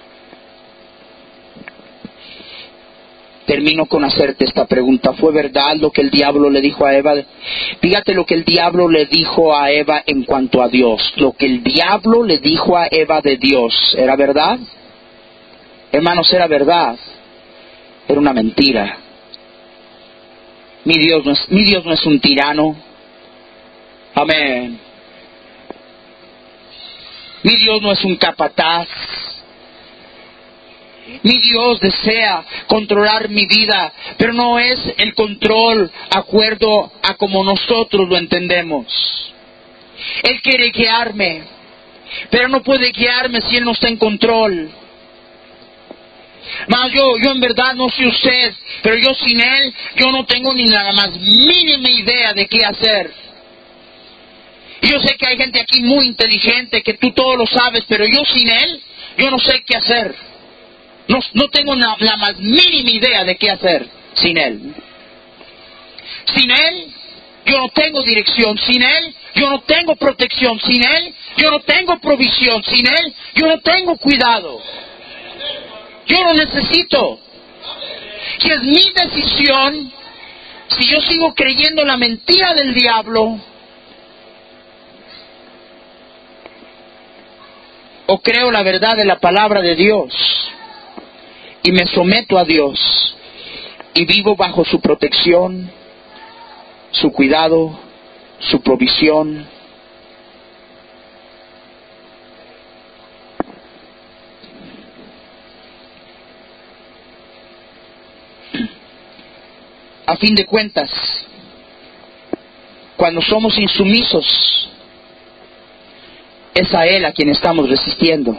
Termino con hacerte esta pregunta. ¿Fue verdad lo que el diablo le dijo a Eva? Fíjate lo que el diablo le dijo a Eva en cuanto a Dios. Lo que el diablo le dijo a Eva de Dios, ¿era verdad? Hermanos, era verdad. Era una mentira. Mi Dios no es un tirano. Amén. Mi Dios no es un capataz. Mi Dios desea controlar mi vida, pero no es el control acuerdo a como nosotros lo entendemos. Él quiere guiarme, pero no puede guiarme si Él no está en control. Mas yo en verdad no sé usted, pero yo sin Él, yo no tengo ni la más mínima idea de qué hacer. Y yo sé que hay gente aquí muy inteligente, que tú todo lo sabes, pero yo sin Él, yo no sé qué hacer. No tengo la más mínima idea de qué hacer sin Él. Sin Él, yo no tengo dirección. Sin Él, yo no tengo protección. Sin Él, yo no tengo provisión. Sin Él, yo no tengo cuidado. Yo lo necesito. Y es mi decisión, si yo sigo creyendo la mentira del diablo, o creo la verdad de la palabra de Dios y me someto a Dios y vivo bajo su protección, su cuidado, su provisión. A fin de cuentas, cuando somos insumisos, es a Él a quien estamos resistiendo.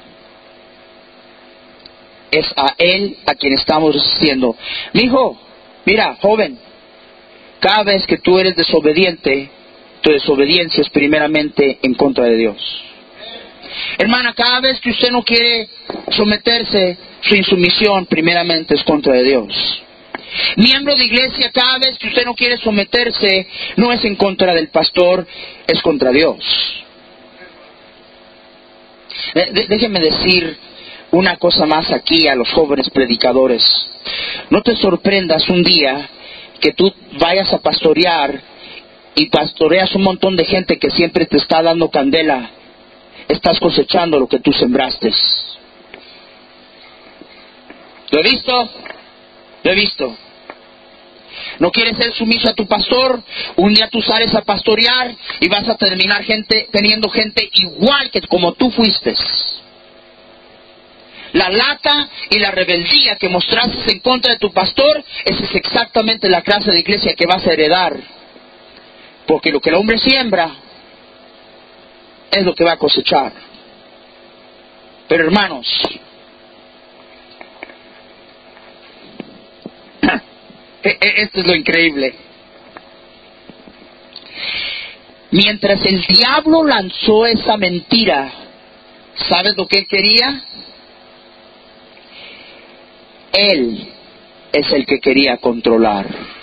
Es a Él a quien estamos resistiendo. Mijo, mira, joven, cada vez que tú eres desobediente, tu desobediencia es primeramente en contra de Dios. Hermana, cada vez que usted no quiere someterse, su insumisión primeramente es contra de Dios. Miembro de iglesia, cada vez que usted no quiere someterse, no es en contra del pastor, es contra Dios. Déjeme decir una cosa más aquí a los jóvenes predicadores. No te sorprendas un día que tú vayas a pastorear y pastoreas un montón de gente que siempre te está dando candela. Estás cosechando lo que tú sembraste. ¿Lo he visto? Lo he visto. No quieres ser sumiso a tu pastor, un día tú sales a pastorear y vas a terminar teniendo gente igual que como tú fuiste. La lata y la rebeldía que mostraste en contra de tu pastor, esa es exactamente la clase de iglesia que vas a heredar. Porque lo que el hombre siembra es lo que va a cosechar. Pero hermanos, esto es lo increíble. Mientras el diablo lanzó esa mentira, ¿sabes lo que él quería? Él es el que quería controlar.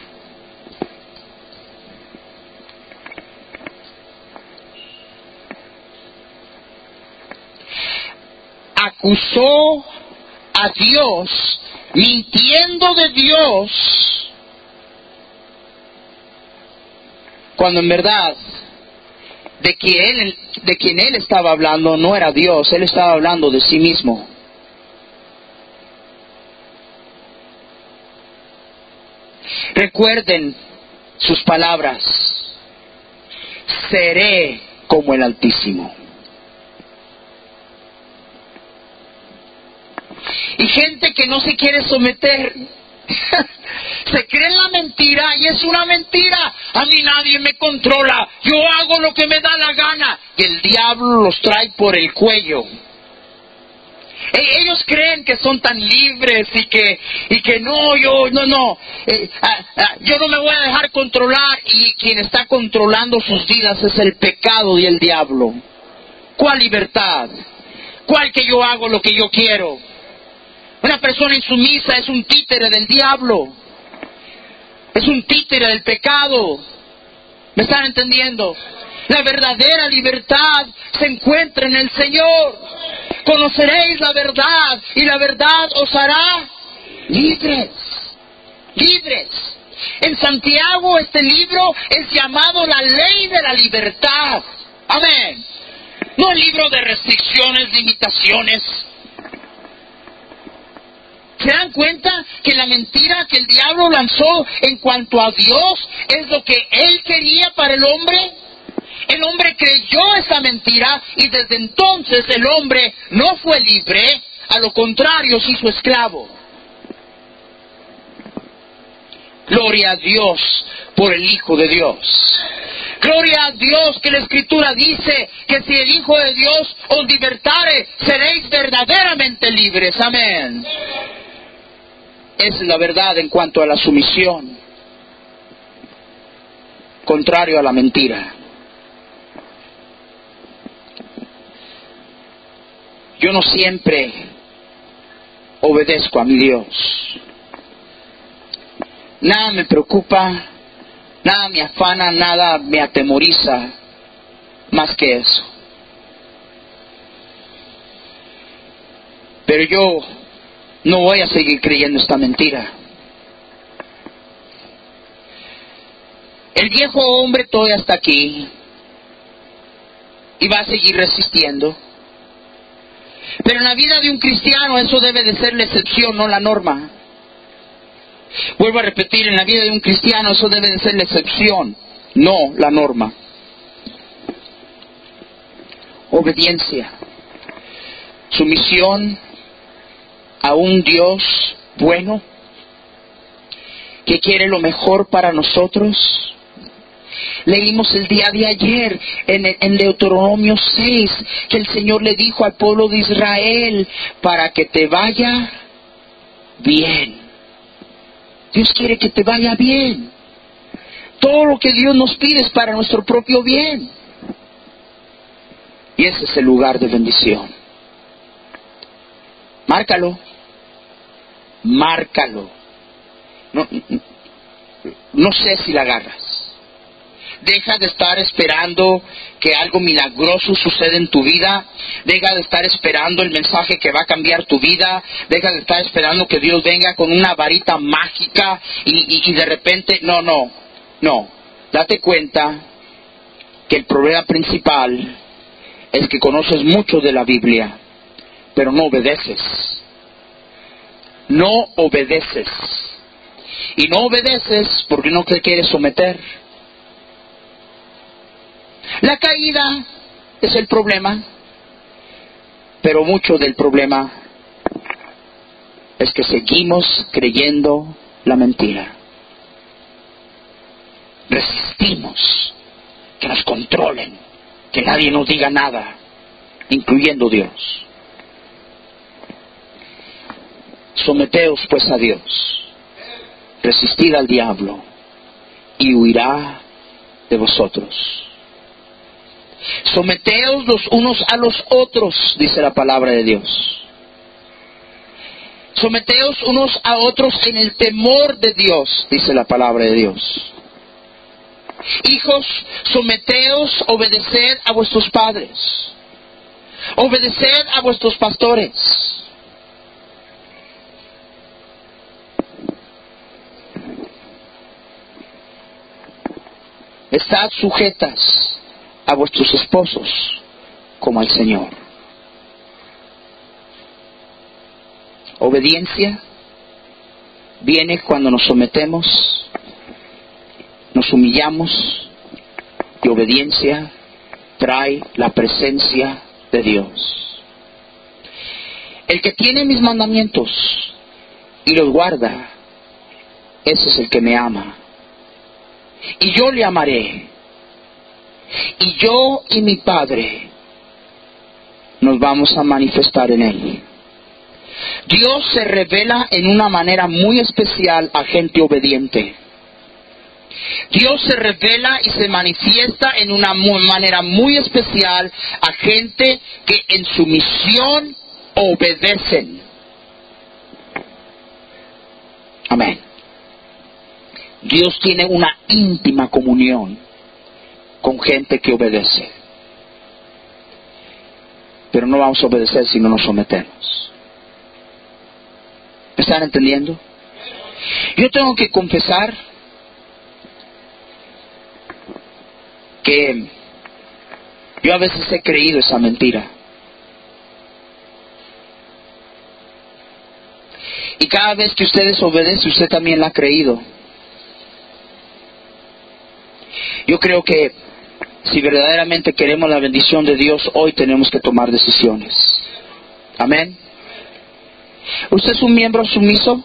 Acusó a Dios, mintiendo de Dios, cuando en verdad de quien él estaba hablando no era Dios, él estaba hablando de sí mismo. Recuerden sus palabras: seré como el Altísimo. Y gente que no se quiere someter se cree en la mentira, y es una mentira. A mí nadie me controla, yo hago lo que me da la gana, y el diablo los trae por el cuello. Ellos creen que son tan libres y que no, yo no me voy a dejar controlar, y quien está controlando sus vidas es el pecado y el diablo. ¿Cuál libertad? ¿Cuál que yo hago lo que yo quiero? Una persona insumisa es un títere del diablo, es un títere del pecado. ¿Me están entendiendo? La verdadera libertad se encuentra en el Señor. Conoceréis la verdad y la verdad os hará libres. Libres. En Santiago este libro es llamado la ley de la libertad. Amén. No el libro de restricciones, limitaciones. ¿Se dan cuenta que la mentira que el diablo lanzó en cuanto a Dios es lo que él quería para el hombre? El hombre creyó esa mentira y desde entonces el hombre no fue libre, a lo contrario se hizo esclavo. Gloria a Dios por el Hijo de Dios. Gloria a Dios que la Escritura dice que si el Hijo de Dios os libertare, seréis verdaderamente libres. Amén. Esa es la verdad en cuanto a la sumisión, contrario a la mentira. Yo no siempre obedezco a mi Dios. Nada me preocupa, nada me afana, nada me atemoriza más que eso. Pero yo no voy a seguir creyendo esta mentira. El viejo hombre todavía está aquí y va a seguir resistiendo. Pero en la vida de un cristiano eso debe de ser la excepción, no la norma. Vuelvo a repetir, en la vida de un cristiano eso debe de ser la excepción, no la norma. Obediencia, sumisión a un Dios bueno que quiere lo mejor para nosotros. Leímos el día de ayer en Deuteronomio 6 que el Señor le dijo al pueblo de Israel: para que te vaya bien. Dios quiere que te vaya bien. Todo lo que Dios nos pide es para nuestro propio bien. Y ese es el lugar de bendición. Márcalo. Márcalo. No sé si la agarras. Deja de estar esperando que algo milagroso suceda en tu vida. Deja de estar esperando el mensaje que va a cambiar tu vida. Deja de estar esperando que Dios venga con una varita mágica y de repente... No. Date cuenta que el problema principal es que conoces mucho de la Biblia, pero no obedeces. No obedeces. Y no obedeces porque no te quieres someter. La caída es el problema, pero mucho del problema es que seguimos creyendo la mentira. Resistimos que nos controlen, que nadie nos diga nada, incluyendo Dios. Someteos pues a Dios, resistid al diablo y huirá de vosotros. Someteos los unos a los otros, dice la palabra de Dios. Someteos unos a otros en el temor de Dios, dice la palabra de Dios. Hijos, someteos, obedeced a vuestros padres. Obedeced a vuestros pastores. Estad sujetas a vuestros esposos como al Señor. Obediencia viene cuando nos sometemos, nos humillamos, y obediencia trae la presencia de Dios. El que tiene mis mandamientos y los guarda, ese es el que me ama. Y yo le amaré. Y yo y mi Padre nos vamos a manifestar en él. Dios se revela en una manera muy especial a gente obediente. Dios se revela y se manifiesta en una manera muy especial a gente que en su misión obedecen. Amén. Dios tiene una íntima comunión con gente que obedece. Pero no vamos a obedecer si no nos sometemos. ¿Me están entendiendo? Yo tengo que confesar que yo a veces he creído esa mentira. Y cada vez que usted desobedece, usted también la ha creído. Yo creo que si verdaderamente queremos la bendición de Dios, hoy tenemos que tomar decisiones. Amén. ¿Usted es un miembro sumiso?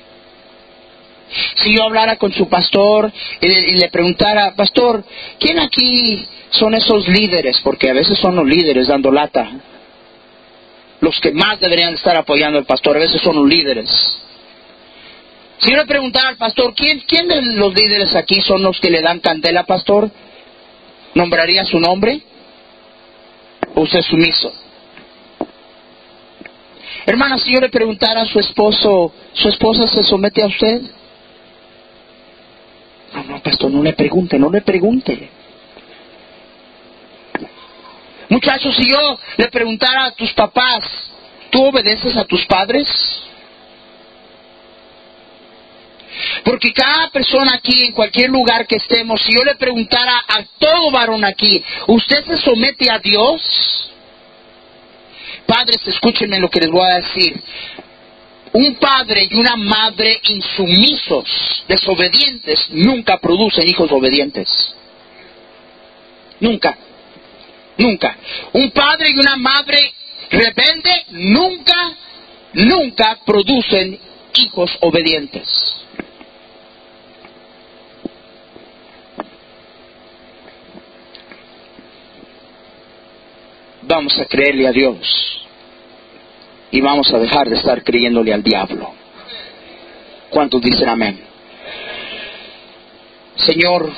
Si yo hablara con su pastor y le preguntara: pastor, ¿quién aquí son esos líderes? Porque a veces son los líderes dando lata. Los que más deberían estar apoyando al pastor, a veces son los líderes. Si yo le preguntara al pastor: ¿quién de los líderes aquí son los que le dan candela, pastor? ¿Nombraría su nombre? ¿O usted es sumiso? Hermana, si yo le preguntara a su esposo: ¿su esposa se somete a usted? No, pastor, no le pregunte. Muchachos, si yo le preguntara a tus papás: ¿tú obedeces a tus padres? Porque cada persona aquí, en cualquier lugar que estemos, si yo le preguntara a todo varón aquí: ¿usted se somete a Dios? padres, escúchenme lo que les voy a decir. Un padre y una madre insumisos, desobedientes, nunca producen hijos obedientes. Nunca. Nunca. Un padre y una madre rebelde nunca producen hijos obedientes. Vamos a creerle a Dios y vamos a dejar de estar creyéndole al diablo. ¿Cuántos dicen amén? Señor,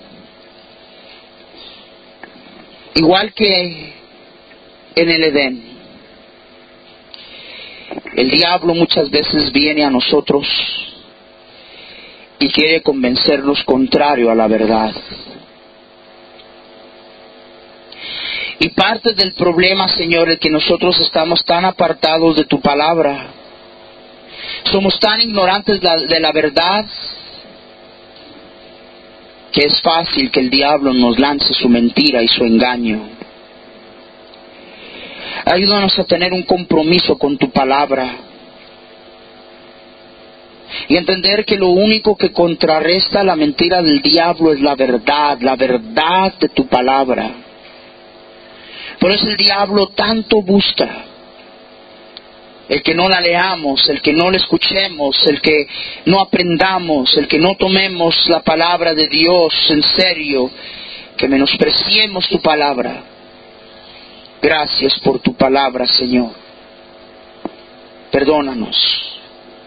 igual que en el Edén, el diablo muchas veces viene a nosotros y quiere convencernos contrario a la verdad. Y parte del problema, Señor, es que nosotros estamos tan apartados de tu palabra, somos tan ignorantes de la verdad, que es fácil que el diablo nos lance su mentira y su engaño. Ayúdanos a tener un compromiso con tu palabra y entender que lo único que contrarresta la mentira del diablo es la verdad de tu palabra. Por eso el diablo tanto busca el que no la leamos, el que no la escuchemos, el que no aprendamos, el que no tomemos la palabra de Dios en serio, que menospreciemos tu palabra. Gracias por tu palabra, Señor. Perdónanos.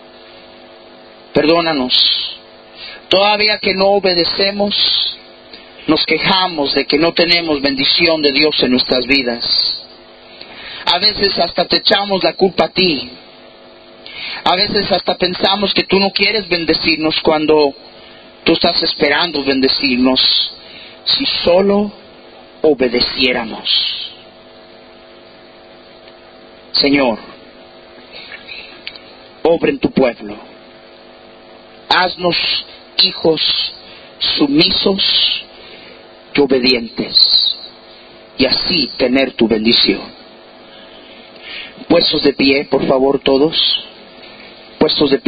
Perdónanos. Todavía que no obedecemos, nos quejamos de que no tenemos bendición de Dios en nuestras vidas. A veces hasta te echamos la culpa a ti. A veces hasta pensamos que tú no quieres bendecirnos cuando tú estás esperando bendecirnos. Si solo obedeciéramos. Señor, obra en tu pueblo. Haznos hijos sumisos y obedientes, y así tener tu bendición. Puestos de pie, por favor, todos. Puestos de pie.